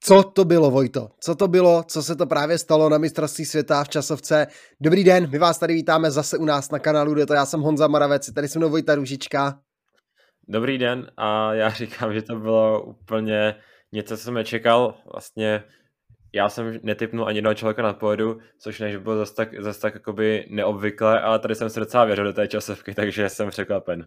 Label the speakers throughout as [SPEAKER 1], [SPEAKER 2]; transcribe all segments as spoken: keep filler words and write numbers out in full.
[SPEAKER 1] Co to bylo, Vojto? Co to bylo, co se to právě stalo na mistrovství světa v časovce? Dobrý den, my vás tady vítáme zase u nás na kanálu, kde to já jsem Honza Moravec, tady se mnou Vojta Růžička.
[SPEAKER 2] Dobrý den a já říkám, že to bylo úplně něco, co jsem nečekal. Vlastně já jsem netipnul ani jednoho člověka na pódu, což než bylo zase tak, zase tak jakoby neobvyklé, ale tady jsem se docela věřil do té časovky, takže jsem překvapen.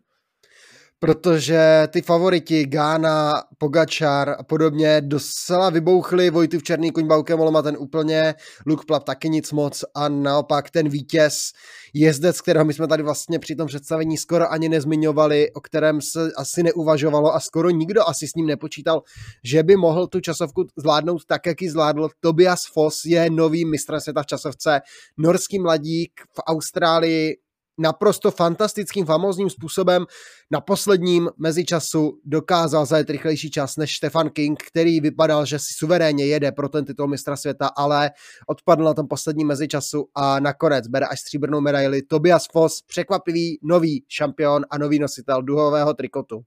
[SPEAKER 1] Protože ty favoriti Gána, Pogačar a podobně docela vybouchli, Vojtův černý koň Bauke Mollema ten úplně, Luke Plapp taky nic moc a naopak ten vítěz, jezdec, kterého my jsme tady vlastně při tom představení skoro ani nezmiňovali, o kterém se asi neuvažovalo a skoro nikdo asi s ním nepočítal, že by mohl tu časovku zvládnout tak, jak ji zvládl. Tobias Foss je novým mistrem světa v časovce, norský mladík v Austrálii, naprosto fantastickým, famózním způsobem na posledním mezičasu dokázal zajet rychlejší čas než Stefan King, který vypadal, že si suverénně jede pro ten titul mistra světa, ale odpadl na tom posledním mezičasu a nakonec bere až stříbrnou medaili. Tobias Foss, překvapivý nový šampion a nový nositel duhového trikotu.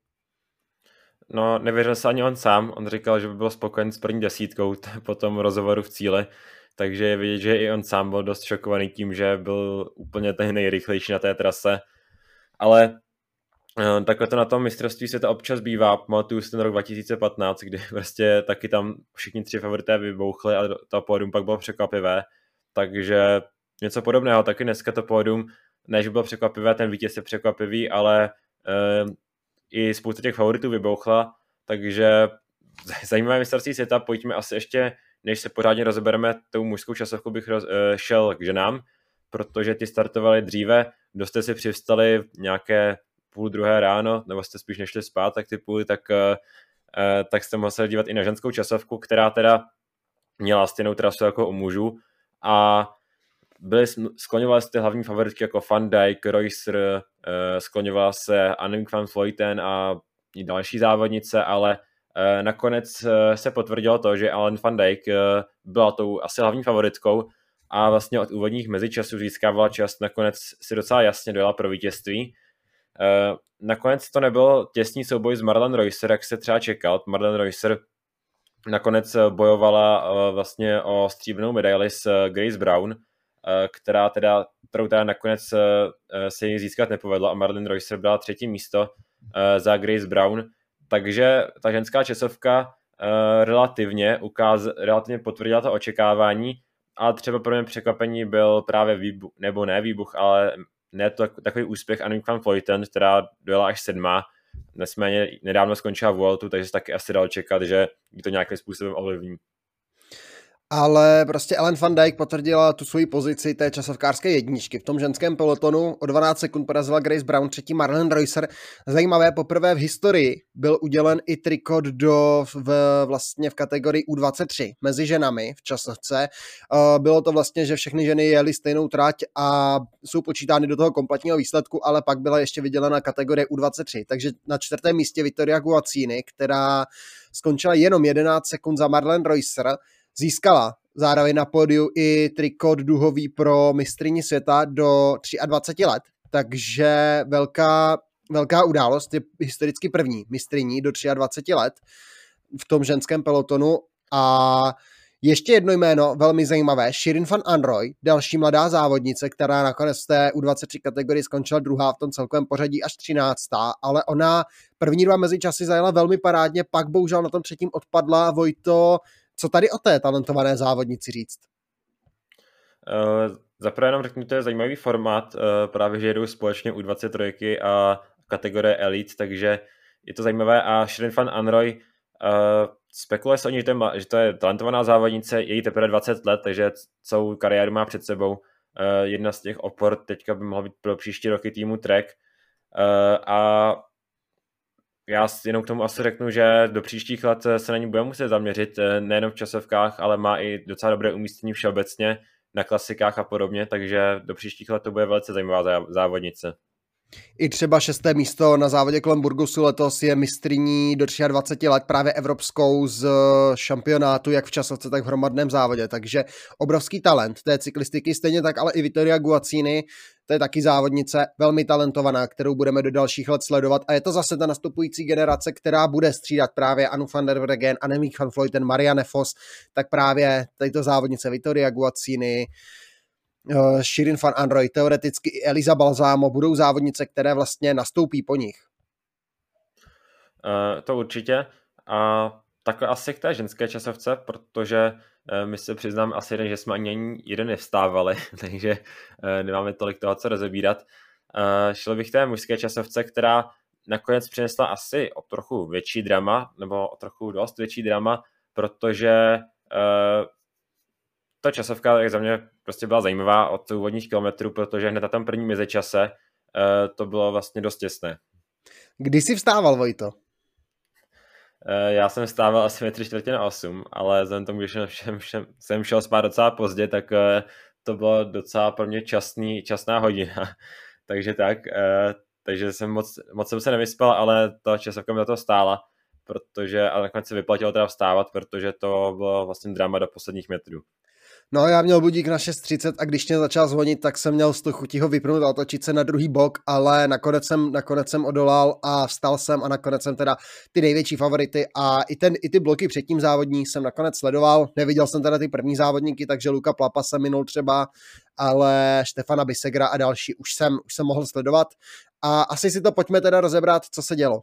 [SPEAKER 2] No, nevěřil se ani on sám, on říkal, že by byl spokojen s první desítkou po tom rozhovoru v cíli. Takže je vidět, že i on sám byl dost šokovaný tím, že byl úplně ten nejrychlejší na té trase. Ale takhle to na tom mistrovství světa občas bývá. Pamatuju si ten rok dva tisíce patnáct, kdy prostě taky tam všichni tři favorité vybouchli a to pódium pak bylo překvapivé. Takže něco podobného, taky dneska to pódium, než bylo překvapivé, ten vítěz je překvapivý, ale eh, i spousta těch favoritů vybouchla. Takže zajímavé mistrovství světa, pojďme asi ještě, než se pořádně rozebereme tou mužskou časovku, bych roz, šel k ženám, protože ty startovaly dříve, kdo jste si přivstali nějaké půl druhé ráno, nebo jste spíš nešli spát, tak ty půly, tak, tak jste museli dívat i na ženskou časovku, která teda měla stejnou trasu jako u mužů a byly, skloňovaly se ty hlavní favoritky jako Van Dijk, Reusser, skloňovala se Annemiek van Vleuten a i další závodnice, ale nakonec se potvrdilo to, že Ellen van Dijk byla tou asi hlavní favoritkou a vlastně od úvodních mezičasů získávala čas, nakonec si docela jasně dojela pro vítězství. Nakonec to nebyl těsný souboj s Marlen Reusser, jak se třeba čekal. Marlen Reusser nakonec bojovala vlastně o stříbrnou medaili s Grace Brown, která teda, kterou teda nakonec se jí získat nepovedla a Marlen Reusser byla třetí místo za Grace Brown. Takže ta ženská časovka uh, relativně, ukáz, relativně potvrdila to očekávání, ale třeba pro mě překvapení byl právě výbuch, nebo ne výbuch, ale ne to, takový úspěch Annemiek van Vleuten, která dojela až sedmá. Nicméně nedávno skončila Vueltu, takže se taky asi dal čekat, že ji to nějakým způsobem ovlivní.
[SPEAKER 1] Ale prostě Ellen van Dijk potvrdila tu svoji pozici té časovkářské jedničky. V tom ženském pelotonu o dvanáct sekund porazila Grace Brown, třetí Marlen Reusser. Zajímavé, poprvé v historii byl udělen i trikot do v, vlastně v kategorii U dvacet tři mezi ženami v časovce. Bylo to vlastně, že všechny ženy jeli stejnou trať a jsou počítány do toho kompletního výsledku, ale pak byla ještě vydělena kategorie U dvacet tři. Takže na čtvrtém místě Vittoria Guazzini, která skončila jenom jedenáct sekund za Marlen Reusser, získala zároveň na pódiu i trikot duhový pro mistryni světa do dvacet tři let, takže velká, velká událost, je historicky první mistryní do dvacet tři let v tom ženském pelotonu. A ještě jedno jméno, velmi zajímavé, Shirin van Anrooy, další mladá závodnice, která nakonec v té U dvacet tři kategorii skončila druhá v tom celkovém pořadí až třináctá, ale ona první dva mezičasy zajela velmi parádně, pak bohužel na tom třetím odpadla. Vojto, co tady o té talentované závodnici říct?
[SPEAKER 2] Uh, Zaprvé jenom řeknu, to je zajímavý formát, uh, právě že jedou společně U dvacet tři a kategorie Elite, takže je to zajímavé a Shirin van Anrooy, uh, spekuluje se o ní, že to, je, že to je talentovaná závodnice, je jí teprve dvacet let, takže celou kariéru má před sebou. Uh, jedna z těch opor teďka by mohla být pro příští roky týmu Trek uh, a já jenom k tomu asi řeknu, že do příštích let se na ní bude muset zaměřit, nejen v časovkách, ale má i docela dobré umístění všeobecně na klasikách a podobně, takže do příštích let to bude velice zajímavá závodnice.
[SPEAKER 1] I třeba šesté místo na závodě kolem Burgosu letos je mistryní do dvacet tři let právě evropskou z šampionátu, jak v časovce, tak v hromadném závodě. Takže obrovský talent té cyklistiky, stejně tak ale i Vittoria Guazzini, to je taky závodnice velmi talentovaná, kterou budeme do dalších let sledovat. A je to zase ta nastupující generace, která bude střídat právě Anu van der Breggen, Annemiek van Vleuten, Marianne Vos, tak právě tato závodnice Vittoria Guazzini, Shirin van Anrooy, teoreticky i Elisa Balsamo budou závodnice, které vlastně nastoupí po nich.
[SPEAKER 2] Uh, to určitě. A takhle asi k té ženské časovce, protože uh, my se přiznám asi jeden, že jsme ani jeden nevstávali, takže uh, nemáme tolik toho, co rozebírat. Uh, šel bych k té mužské časovce, která nakonec přinesla asi o trochu větší drama, nebo o trochu dost větší drama, protože uh, ta časovka, jak za mě, prostě byla zajímavá od úvodních kilometrů, protože hned na tom první mezičase uh, to bylo vlastně dost těsné.
[SPEAKER 1] Kdy jsi vstával, Vojto?
[SPEAKER 2] Uh, já jsem vstával asi ve tři čtvrtě na osm, ale vzhledem tomu, že všem, všem, jsem šel spát docela pozdě, tak uh, to bylo docela pro mě časný, časná hodina. takže tak, uh, takže jsem moc, moc jsem se nevyspal, ale ta časovka mi za to stála, protože, ale nakonec se vyplatilo teda vstávat, protože to bylo vlastně drama do posledních metrů.
[SPEAKER 1] No, já měl budík na šest třicet a když mě začal zvonit, tak jsem měl z toho chutí ho vypnout a otočit se na druhý bok, ale nakonec jsem, nakonec jsem odolal a vstal jsem a nakonec jsem teda ty největší favority a i, ten, i ty bloky předtím závodní jsem nakonec sledoval. Neviděl jsem teda ty první závodníky, takže Luka Plapa se minul třeba, ale Štefana Bisegra a další už jsem, už jsem mohl sledovat. A asi si to pojďme teda rozebrat, co se dělo.
[SPEAKER 2] Uh,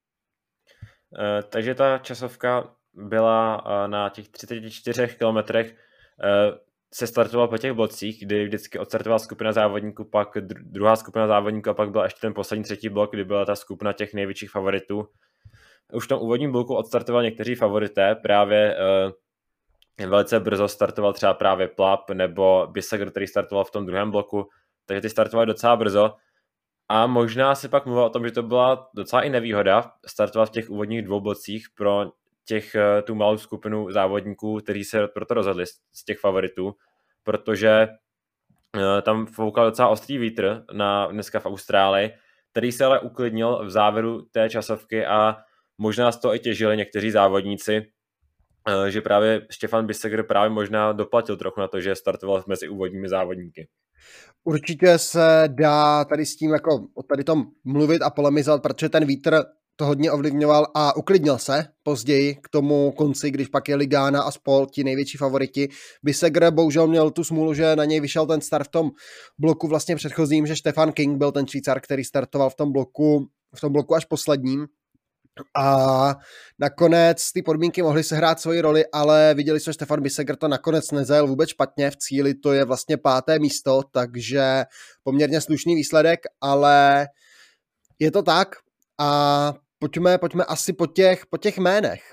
[SPEAKER 2] takže ta časovka byla uh, na těch třiceti čtyřech kilometrech. Uh, se startoval po těch blocích, kdy vždycky odstartovala skupina závodníků, pak dru- druhá skupina závodníků a pak byl ještě ten poslední třetí blok, kdy byla ta skupina těch největších favoritů. Už v tom úvodním bloku odstartoval někteří favorité, právě uh, velice brzo startoval třeba právě Plap nebo Bisegr, který startoval v tom druhém bloku, takže ty startovali docela brzo a možná se pak mluvilo o tom, že to byla docela i nevýhoda startovat v těch úvodních dvou blocích pro těch, tu malou skupinu závodníků, kteří se proto rozhodli z těch favoritů, protože tam foukal docela ostrý vítr na, dneska v Austrálii, který se ale uklidnil v závěru té časovky a možná z toho i těžili někteří závodníci, že právě Stefan Bisegr právě možná doplatil trochu na to, že startoval mezi úvodními závodníky.
[SPEAKER 1] Určitě se dá tady s tím jako o tady tom mluvit a polemizovat, protože ten vítr to hodně ovlivňoval a uklidnil se později k tomu konci, když pak jeli Ghana a spol, ti největší favoriti. Bisegr bohužel měl tu smůlu, že na něj vyšel ten start v tom bloku vlastně předchozím, že Stefan King byl ten Švýcar, který startoval v tom bloku, v tom bloku až posledním. A nakonec ty podmínky mohly sehrát svoji roli, ale viděli jsme, že Stefan Bisegr to nakonec nezajel vůbec špatně, v cíli to je vlastně páté místo, takže poměrně slušný výsledek, ale je to tak a pojďme, pojďme asi po těch, po těch jménech.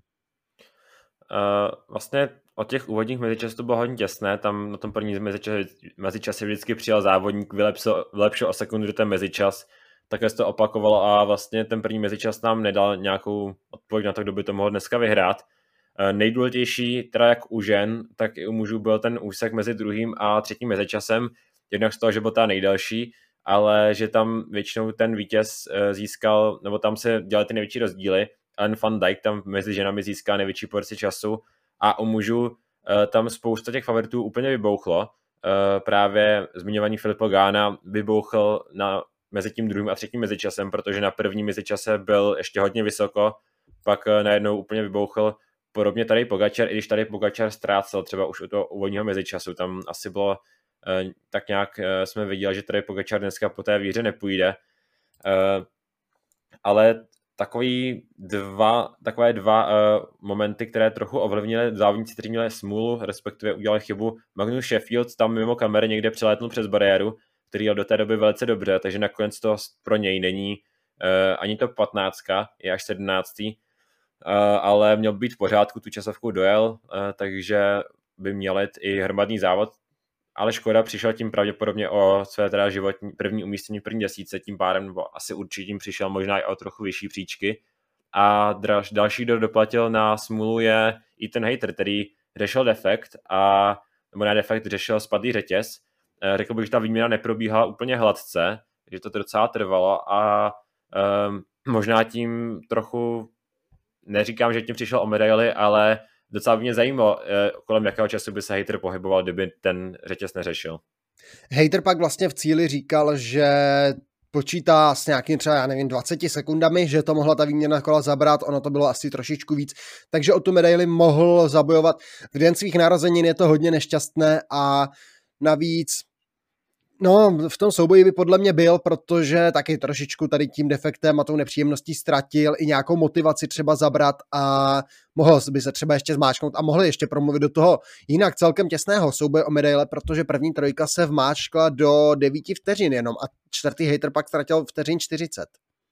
[SPEAKER 2] Uh, vlastně od těch úvodních mezičasů to bylo hodně těsné, tam na tom první mezičase, mezičase vždycky přijel závodník, vylepšil, vylepšil o sekundu ten mezičas, takhle se to opakovalo a vlastně ten první mezičas nám nedal nějakou odpověď na to, kdo by to mohl dneska vyhrát. Uh, nejdůležitější, teda jak u žen, tak i u mužů byl ten úsek mezi druhým a třetím mezičasem, jednak z toho, že byl ta nejdelší, ale že tam většinou ten vítěz uh, získal, nebo tam se dělaly ty největší rozdíly. Ellen van Dijk tam mezi ženami získá největší porci času a u mužů uh, tam spousta těch favoritů úplně vybouchlo. Uh, právě zmiňovaný Filippo Ganna vybouchl na, mezi tím druhým a třetím mezičasem, protože na prvním mezičase byl ještě hodně vysoko, pak uh, najednou úplně vybouchl. Podobně tady Pogačar, i když tady Pogačar ztrácel třeba už u toho úvodního mezičasu, tam asi bylo uh, tak nějak uh, jsme viděli, že tady Pogačar dneska po té víře nepůjde. Uh, ale Takový dva, takové dva uh, momenty, které trochu ovlivnily závodníci, kteří měli smůlu, respektive udělali chybu. Magnus Sheffield tam mimo kamery někde přelétnul přes bariéru, který jel do té doby velice dobře, takže nakonec to pro něj není uh, ani to patnáctka, je až sedmnáctý, uh, ale měl být v pořádku, tu časovku dojel, uh, takže by měl jít i hromadný závod, ale Škoda přišel tím pravděpodobně o své teda životní první umístění v první desítce, tím pádem, nebo asi určitě tím přišel možná i o trochu vyšší příčky. A dal, další, kdo doplatil na smůlu, je Ethan Hayter, který řešil defekt, a, nebo ne defekt, řešil spadlý řetěz. Řekl bych, že ta výměna neprobíhala úplně hladce, že to docela trvalo a um, možná tím trochu, neříkám, že tím přišel o medaily, ale docela by mě zajímalo, kolem jakého času by se Hayter pohyboval, kdyby ten řetěz neřešil.
[SPEAKER 1] Hayter pak vlastně v cíli říkal, že počítá s nějakým třeba, já nevím, dvaceti sekundami, že to mohla ta výměna kola zabrat, ono to bylo asi trošičku víc, takže o tu medaili mohl zabojovat. V den svých narozenin je to hodně nešťastné a navíc no, v tom souboji by podle mě byl, protože taky trošičku tady tím defektem a tou nepříjemností ztratil i nějakou motivaci třeba zabrat a mohl by se třeba ještě zmáčknout a mohl ještě promluvit do toho jinak celkem těsného souboje o medaile, protože první trojka se vmáčkla do devíti vteřin jenom a čtvrtý Hayter pak ztratil vteřin čtyřicet.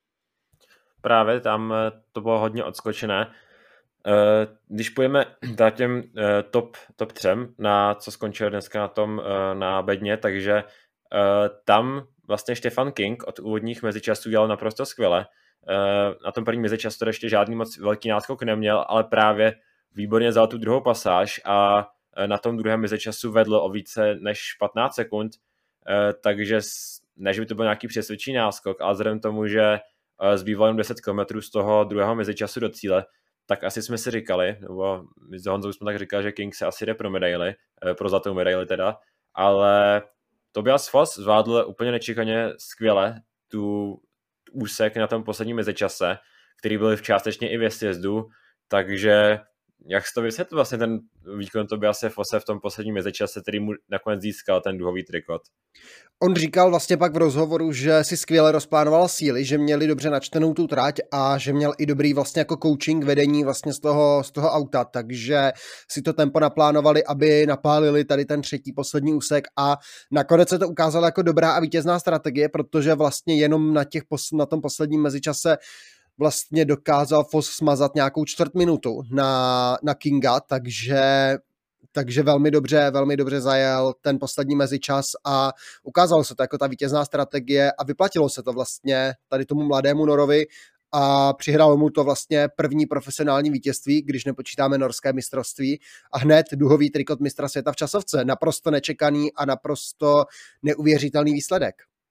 [SPEAKER 2] Právě tam to bylo hodně odskočené. Když půjdeme na těm top, top třem, na co skončil dneska na tom na bedně, takže Uh, tam vlastně Stefan King od úvodních mezičasů dělal naprosto skvěle. Uh, na tom prvním mezičasu to ještě žádný moc velký náskok neměl, ale právě výborně vzal tu druhou pasáž a uh, na tom druhém mezičasu vedl o více než patnáct sekund, uh, takže ne, že by to byl nějaký přesvědčivý náskok, ale vzhledem tomu, že uh, zbývalo jen deset kilometrů z toho druhého mezičasu do cíle, tak asi jsme si říkali, nebo my s Honzou jsme tak říkali, že King se asi jde pro medaili, uh, pro zlatou medaili teda, ale Tobias Foss zvládl úplně nečekaně skvěle tu úsek na tom posledním mezičase, který byl v částečně i ve sjezdu, takže jak jsi to vysvětlil vlastně ten výkon Tobiase Fosse v tom posledním mezičase, který mu nakonec získal ten duhový trikot?
[SPEAKER 1] On říkal vlastně pak v rozhovoru, že si skvěle rozplánoval síly, že měli dobře načtenou tu trať a že měl i dobrý vlastně jako coaching vedení vlastně z toho, z toho auta, takže si to tempo naplánovali, aby napálili tady ten třetí poslední úsek a nakonec se to ukázalo jako dobrá a vítězná strategie, protože vlastně jenom na, těch, na tom posledním mezičase vlastně dokázal Foss smazat nějakou čtvrt minutu na, na Kinga, takže, takže velmi dobře, velmi dobře zajel ten poslední mezičas a ukázalo se to jako ta vítězná strategie a vyplatilo se to vlastně tady tomu mladému Norovi a přihrálo mu to vlastně první profesionální vítězství, když nepočítáme norské mistrovství a hned duhový trikot mistra světa v časovce. Naprosto nečekaný a naprosto neuvěřitelný výsledek.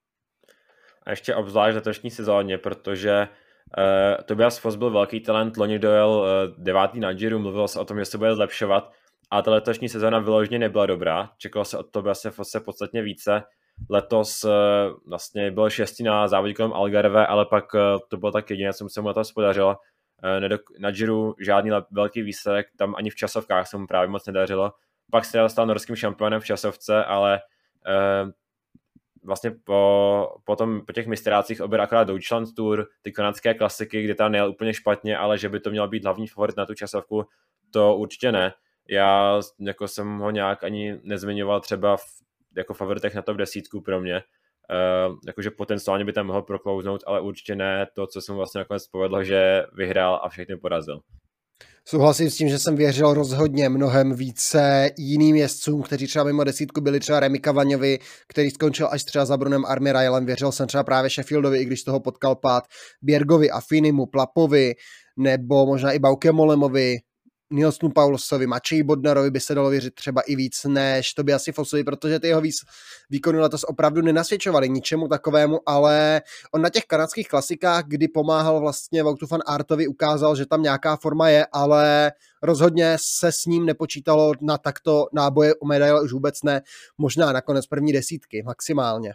[SPEAKER 2] A ještě obzvlášť v letošní sezóně, protože Uh, Tobias Foss byl velký talent, loni dojel uh, devátý na Giro, mluvilo se o tom, že se bude zlepšovat a ta letošní sezóna vyloženě nebyla dobrá, čekalo se od Tobiase Fosse podstatně více, letos uh, vlastně byl šestý na závodě kolem Algarve, ale pak uh, to bylo tak jediné, co mu se mu letos podařilo, uh, nedok- na Giro žádný le- velký výsledek, tam ani v časovkách se mu právě moc nedařilo, pak se stal norským šampionem v časovce, ale uh, vlastně po, po, tom, po těch mistrácích oběr akorát Deutschland Tour, ty kanadské klasiky, kde tam nejel úplně špatně, ale že by to měl být hlavní favorit na tu časovku, to určitě ne. Já jako jsem ho nějak ani nezmiňoval třeba v, jako favoritech na top desítku pro mě, uh, jakože potenciálně by tam mohl proklouznout, ale určitě ne to, co se mu vlastně nakonec povedlo, že vyhrál a všechny porazil.
[SPEAKER 1] Souhlasím s tím, že jsem věřil rozhodně mnohem více jiným jezdcům, kteří třeba mimo desítku byli třeba Remi Cavagnovi, který skončil až třeba za Brunem Armirailem. Věřil jsem třeba právě Sheffieldovi, i když toho potkal pád, Bjergovi, Affinimu, Plapovi, nebo možná i Baukemolemovi, Nilsonu Paulosovi, Mačeji Bodnarovi by se dalo věřit třeba i víc než Tobiasi Fossovi, protože ty jeho výkony letos opravdu nenasvědčovaly ničemu takovému, ale on na těch kanadských klasikách, kdy pomáhal vlastně Wout van Aertovi, ukázal, že tam nějaká forma je, ale rozhodně se s ním nepočítalo na takto náboje o medaile už vůbec ne, možná nakonec první desítky, maximálně.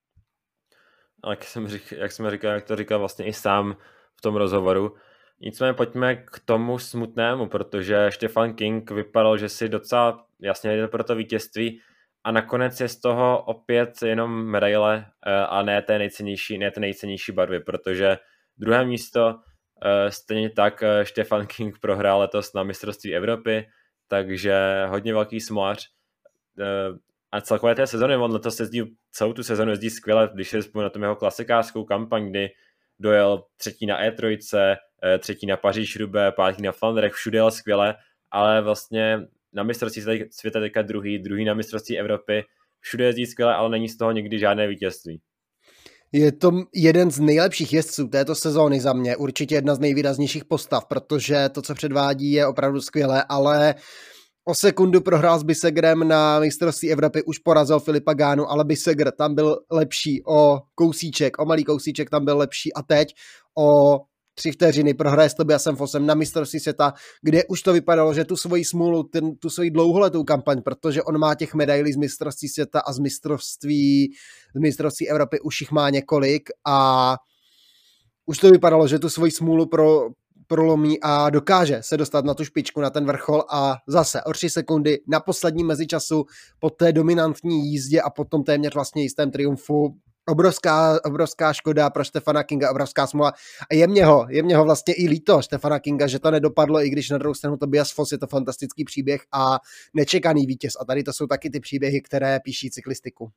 [SPEAKER 2] Ale jak jsem, řík, jak jsem říkal, jak to říkal vlastně i sám v tom rozhovoru, nicméně pojďme k tomu smutnému, protože Stefan King vypadal, že si docela jasně jde pro to vítězství a nakonec je z toho opět jenom medaile a ne té nejcennější, ne té nejcennější barvy, protože druhé místo stejně tak Stefan King prohrál letos na mistrovství Evropy, takže hodně velký smolář a celkové té sezony, on letos jezdí, celou tu sezonu jezdí skvěle, když se vzpomínám na tom jeho klasikářskou kampaň, kdy dojel třetí na E tři, třetí na Paříž-Roubaix, pátý na Flandrech, všude jel skvěle, ale vlastně na mistrovství světa teďka druhý, druhý na mistrovství Evropy, všude jezdí skvěle, ale není z toho nikdy žádné vítězství.
[SPEAKER 1] Je to jeden z nejlepších jezdců této sezóny za mě, určitě jedna z nejvýraznějších postav, protože to, co předvádí, je opravdu skvělé, ale O sekundu prohrál s Bisegrem na mistrovství Evropy, už porazil Filipa Gánu, ale Bisegr tam byl lepší o kousíček, o malý kousíček tam byl lepší a teď o tři vteřiny prohraje s Tobiasem Fossem na mistrovství světa, kde už to vypadalo, že tu svoji smůlu, ten, tu svoji dlouholetou kampaň, protože on má těch medailí z mistrovství světa a z mistrovství, z mistrovství Evropy už jich má několik a už to vypadalo, že tu svoji smůlu pro prolomí a dokáže se dostat na tu špičku, na ten vrchol a zase o tři sekundy na posledním mezičasu po té dominantní jízdě a potom téměř vlastně jistém triumfu. Obrovská, obrovská škoda pro Stephana Kinga, obrovská smůla a je mě ho, je mě ho vlastně i líto Stephana Kinga, že to nedopadlo, i když na druhou stranu Tobias Foss je to fantastický příběh a nečekaný vítěz a tady to jsou taky ty příběhy, které píší cyklistiku.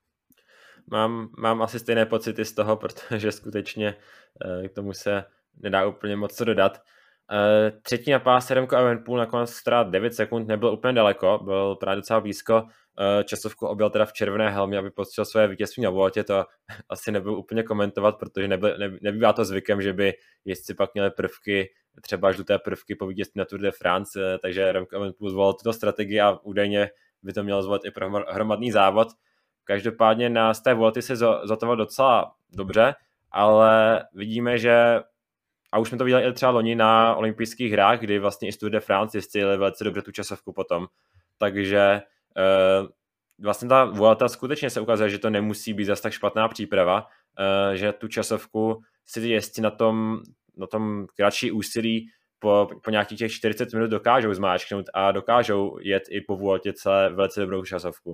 [SPEAKER 2] Mám, mám asi stejné pocity z toho, protože skutečně k tomu se nedá úplně moc co dodat. Třetí na páse Remco Evenepoel nakonec teda devět sekund, nebyl úplně daleko, byl právě docela blízko. Časovku objel teda v červené helmě, aby postřel své vítězství na Vueltě, to asi nebudu úplně komentovat, protože nebyl, ne, nebývá to zvykem, že by jezdci pak měli prvky, třeba žluté prvky po vítězství na Tour de France, takže Remco Evenepoel zvolil tuto strategii a údajně by to mělo zvolit i pro hromadný závod. Každopádně na z té Vuelty se zotoval docela dobře, ale vidíme, že a už jsme to viděli i třeba loni na olympijských hrách, kdy vlastně i Tour de France jistili velice dobře tu časovku potom. Takže e, vlastně ta Vuelta skutečně se ukazuje, že to nemusí být zase tak špatná příprava, e, že tu časovku si jezdci na tom, na tom kratší úsilí po, po nějakých těch čtyřicet minut dokážou zmáčknout a dokážou jet i po Vueltě celé velice dobrou časovku.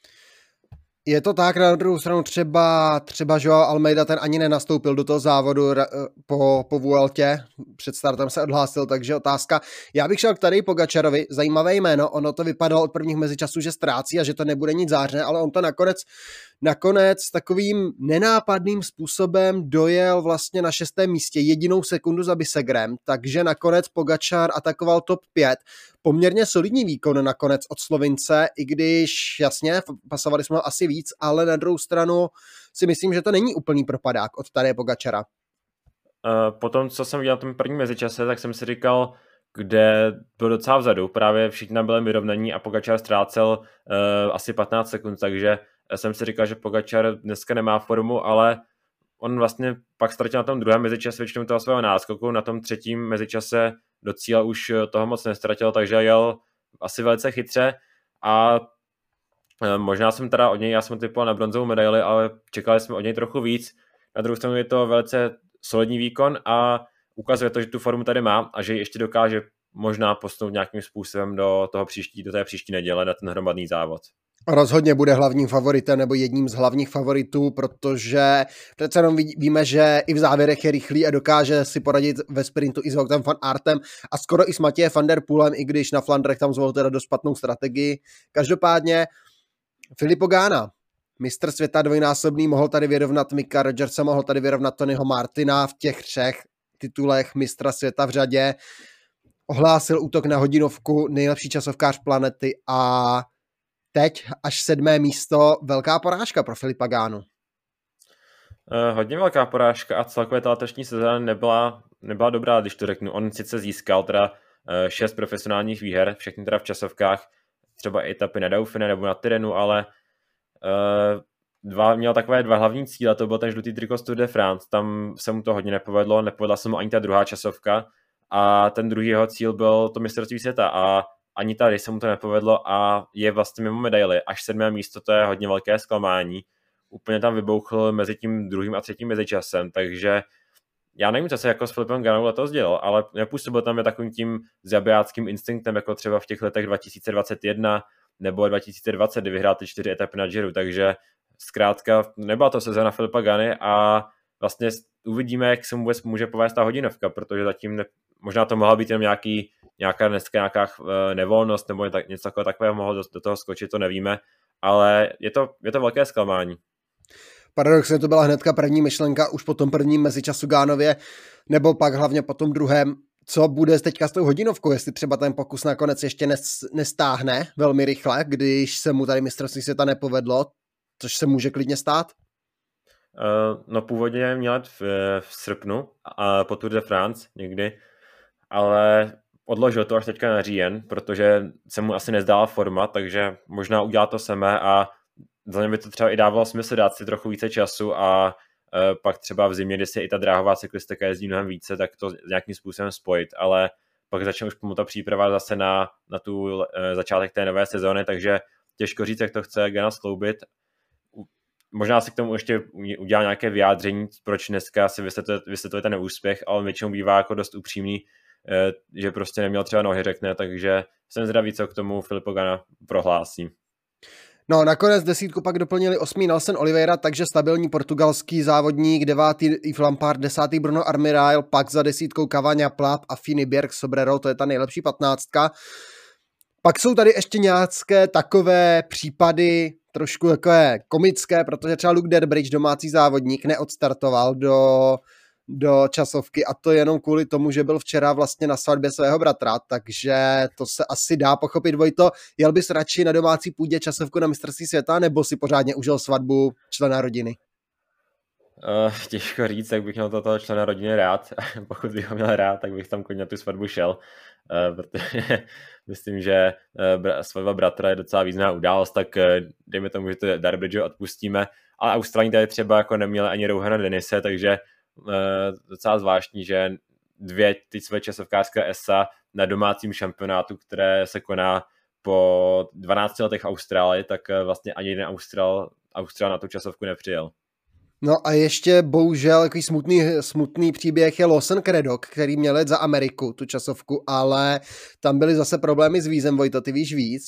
[SPEAKER 1] Je to tak, na druhou stranu třeba, třeba Joao Almeida, ten ani nenastoupil do toho závodu po, po Vueltě, před startem se odhlásil, takže otázka. Já bych šel k tady Pogačarovi, zajímavé jméno, ono to vypadalo od prvních mezičasů, že ztrácí a že to nebude nic zářné, ale on to nakonec, nakonec takovým nenápadným způsobem dojel vlastně na šestém místě, jedinou sekundu za Bisegrem, takže nakonec Pogačar atakoval top pět. Poměrně solidní výkon nakonec od Slovince, i když jasně, pasovali jsme ho asi víc, ale na druhou stranu si myslím, že to není úplný propadák od Tadeje Pogačara.
[SPEAKER 2] Po tom, co jsem viděl na tom prvním mezičase, tak jsem si říkal, kde byl docela vzadu, právě všichni byli vyrovnaní a Pogačar ztrácel uh, asi patnáct sekund, takže jsem si říkal, že Pogačar dneska nemá formu, ale on vlastně pak ztratil na tom druhém mezičase většinou toho svého náskoku, na tom třetím mezičase do cíle už toho moc nestratil, takže jel asi velice chytře a možná jsem teda od něj, já jsem typoval na bronzovou medaili, ale čekali jsme od něj trochu víc. Na druhou stranu je to velice solidní výkon a ukazuje to, že tu formu tady má a že ji ještě dokáže možná posunout nějakým způsobem do toho příští, do té příští neděle na ten hromadný závod.
[SPEAKER 1] Rozhodně bude hlavním favoritem nebo jedním z hlavních favoritů, protože přece jenom víme, že i v závěrech je rychlý a dokáže si poradit ve sprintu i s Woutem van Aertem a skoro i s Matějem van der Poelem, i když na Flandrech tam zvolil teda dost špatnou strategii. Každopádně Filippo Ganna, mistr světa dvojnásobný, mohl tady vyrovnat Micka Rogersa, mohl tady vyrovnat Tonyho Martina v těch třech titulech mistra světa v řadě. Ohlásil útok na hodinovku, nejlepší časovkář planety a teď až sedmé místo, velká porážka pro Filipa Gannu.
[SPEAKER 2] Eh, hodně velká porážka a celkově ta letošní sezóna nebyla, nebyla dobrá, když to řeknu. On sice získal teda eh, šest profesionálních výher, všechny teda v časovkách, třeba etapy na Dauphiné nebo na Tyrenu, ale eh, dva, měl takové dva hlavní cíle, to byl ten žlutý triko z Tour de France, tam se mu to hodně nepovedlo, nepovedla se mu ani ta druhá časovka a ten druhý jeho cíl byl to mistrovství světa a ani tady se mu to nepovedlo a je vlastně mimo medaily. Až sedmé místo, to je hodně velké zklamání. Úplně tam vybouchl mezi tím druhým a třetím mezičasem, takže já nevím, co se jako s Filipem Gannou letos dělal, ale nepůsobil tam je takovým tím zabijáckým instinktem, jako třeba v těch letech dva tisíce dvacet jedna nebo dva tisíce dvacet, kdy vyhrál ty čtyři etapy na Giro, takže zkrátka nebyla to sezóna Filipa Ganny a vlastně uvidíme, jak se mu vůbec může povést ta hodinovka, protože zatím ne, možná to mohla být jenom nějaký, nějaká dneska nějaká nevolnost nebo něco takového mohlo do, do toho skočit, to nevíme, ale je to, je to velké zklamání.
[SPEAKER 1] Paradoxně to byla hnedka první myšlenka už po tom prvním mezičasu Gánově, nebo pak hlavně po tom druhém, co bude teďka s tou hodinovkou, jestli třeba ten pokus nakonec ještě nestáhne velmi rychle, když se mu tady mistrovství světa nepovedlo, což se může klidně stát?
[SPEAKER 2] Uh, no původně měl v, v srpnu a po Tour de France někdy, ale odložil to až teďka na říjen, protože se mu asi nezdála forma, takže možná udělá to samé a za mě by to třeba i dávalo smysl dát si trochu více času a e, pak třeba v zimě, kdy se i ta dráhová cyklistika jezdí mnohem více, tak to nějakým způsobem spojit, ale pak začne už k tomu ta příprava zase na, na tu e, začátek té nové sezóny, takže těžko říct, jak to chce Ganna skloubit. Možná si k tomu ještě udělá nějaké vyjádření, proč dneska si vysvětluje, vysvětluje ten neúspěch, ale většinou bývá jako dost upřímný, že prostě neměl třeba nohy, řekne, takže jsem zvědavý, co k tomu Filippo Ganna prohlásí.
[SPEAKER 1] No, nakonec desítku pak doplnili osmý Nelson Oliveira, takže stabilní portugalský závodník, devátý Yves Lampard, desátý Bruno Armirail, pak za desítkou Cavagna, Plap a Fini Bjerg Sobrero, to je ta nejlepší patnáctka. Pak jsou tady ještě nějaké takové případy, trošku takové komické, protože třeba Luke Derbridge, domácí závodník, neodstartoval do, do časovky a to jenom kvůli tomu, že byl včera vlastně na svatbě svého bratra, takže to se asi dá pochopit. Vojto, jel bys radši na domácí půdě časovku na mistrovství světa, nebo si pořádně užil svatbu člena rodiny?
[SPEAKER 2] Uh, těžko říct, jak bych měl toho člena rodiny rád. Pokud bych ho měl rád, tak bych tam klidně na tu svatbu šel, uh, protože myslím, že uh, svatba bratra je docela významná událost, tak uh, dejme tomu, že to Derbridge odpustíme, ale Australani tady třeba jako neměli ani Rohana Dennise, takže uh, docela zvláštní, že dvě ty své časovkářské esa na domácím šampionátu, které se koná po dvanácti letech Austrálii, tak uh, vlastně ani jeden Austral, Austral na tu časovku nepřijel.
[SPEAKER 1] No a ještě bohužel takový smutný, smutný příběh je Lawson Craddock, který měl jet za Ameriku, tu časovku, ale tam byly zase problémy s vízem. Vojto, ty víš víc?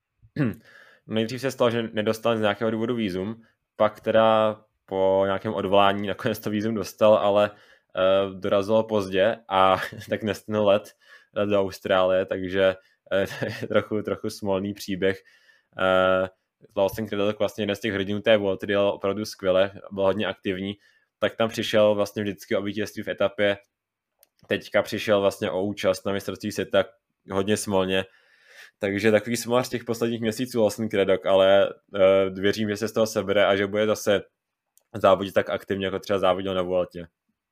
[SPEAKER 2] Nejdřív se stalo, že nedostal z nějakého důvodu vízum, pak teda po nějakém odvolání nakonec to vízum dostal, ale uh, dorazilo pozdě a tak nestihl let do Austrálie, takže uh, trochu, trochu smolný příběh. Uh, Lawson Craddock, vlastně jeden z těch hrdinů té Vuelty, dělal opravdu skvěle, byl hodně aktivní, tak tam přišel vlastně vždycky o vítězství v etapě, teďka přišel vlastně o účast na mistrovství světa hodně smolně, takže takový smolář těch posledních měsíců Lawson Craddock, ale uh, věřím, že se z toho sebere a že bude zase závodit tak aktivně, jako třeba závodil na Vueltě.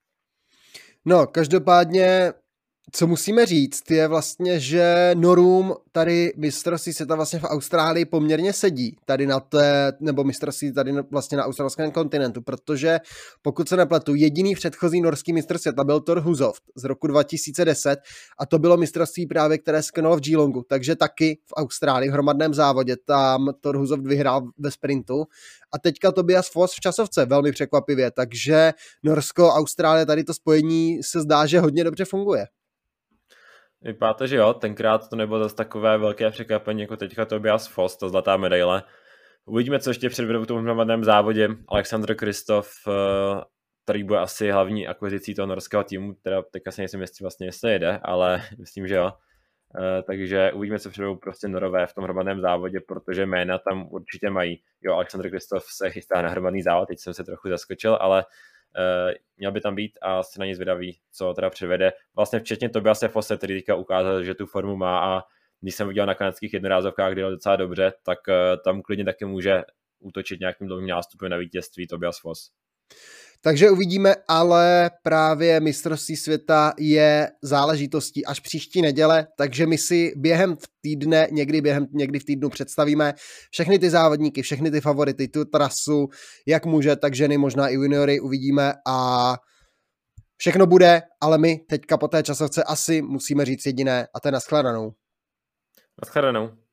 [SPEAKER 1] No, každopádně co musíme říct, je vlastně, že Norum tady mistrovství světa vlastně v Austrálii poměrně sedí, tady na té, nebo mistrovství tady vlastně na australském kontinentu, protože pokud se nepletu, jediný předchozí norský mistr světa byl Thor Hushovd z roku dva tisíce deset a to bylo mistrovství právě, které se konalo v Geelongu, takže taky v Austrálii v hromadném závodě, tam Thor Hushovd vyhrál ve sprintu a teďka Tobias Foss v časovce, velmi překvapivě, takže Norsko, Austrálie, tady to spojení se zdá, že hodně dobře funguje.
[SPEAKER 2] Vypadá to, že jo, tenkrát to nebylo zase takové velké překvapení, jako teďka Tobias Foss, ta zlatá medaile. Uvidíme, co ještě předvedou v tom hromadném závodě. Alexander Kristoff, který bude asi hlavní akvizicí toho norského týmu, teda teďka si nejsem jestli vlastně jestli jede, ale myslím, že jo. Takže uvidíme, co předvedou prostě Norové v tom hromadném závodě, protože jména tam určitě mají. Jo, Alexander Kristoff se chystá na hromadný závod, teď jsem se trochu zaskočil, ale Uh, měl by tam být a se na ně zvědavý, co teda předvede. Vlastně včetně Tobiase Fosse, který teďka ukázal, že tu formu má a když jsem viděl na kanadských jednorázovkách, kde jel docela dobře, tak uh, tam klidně taky může útočit nějakým dlouhým nástupem na vítězství Tobias Foss. Takže uvidíme, ale právě mistrovství světa je záležitostí až příští neděle, takže my si během týdne, někdy během někdy v týdnu představíme všechny ty závodníky, všechny ty favority, tu trasu, jak může, tak ženy, možná i juniory uvidíme a všechno bude, ale my teďka po té časovce asi musíme říct jediné a to je nashledanou. Nashledanou.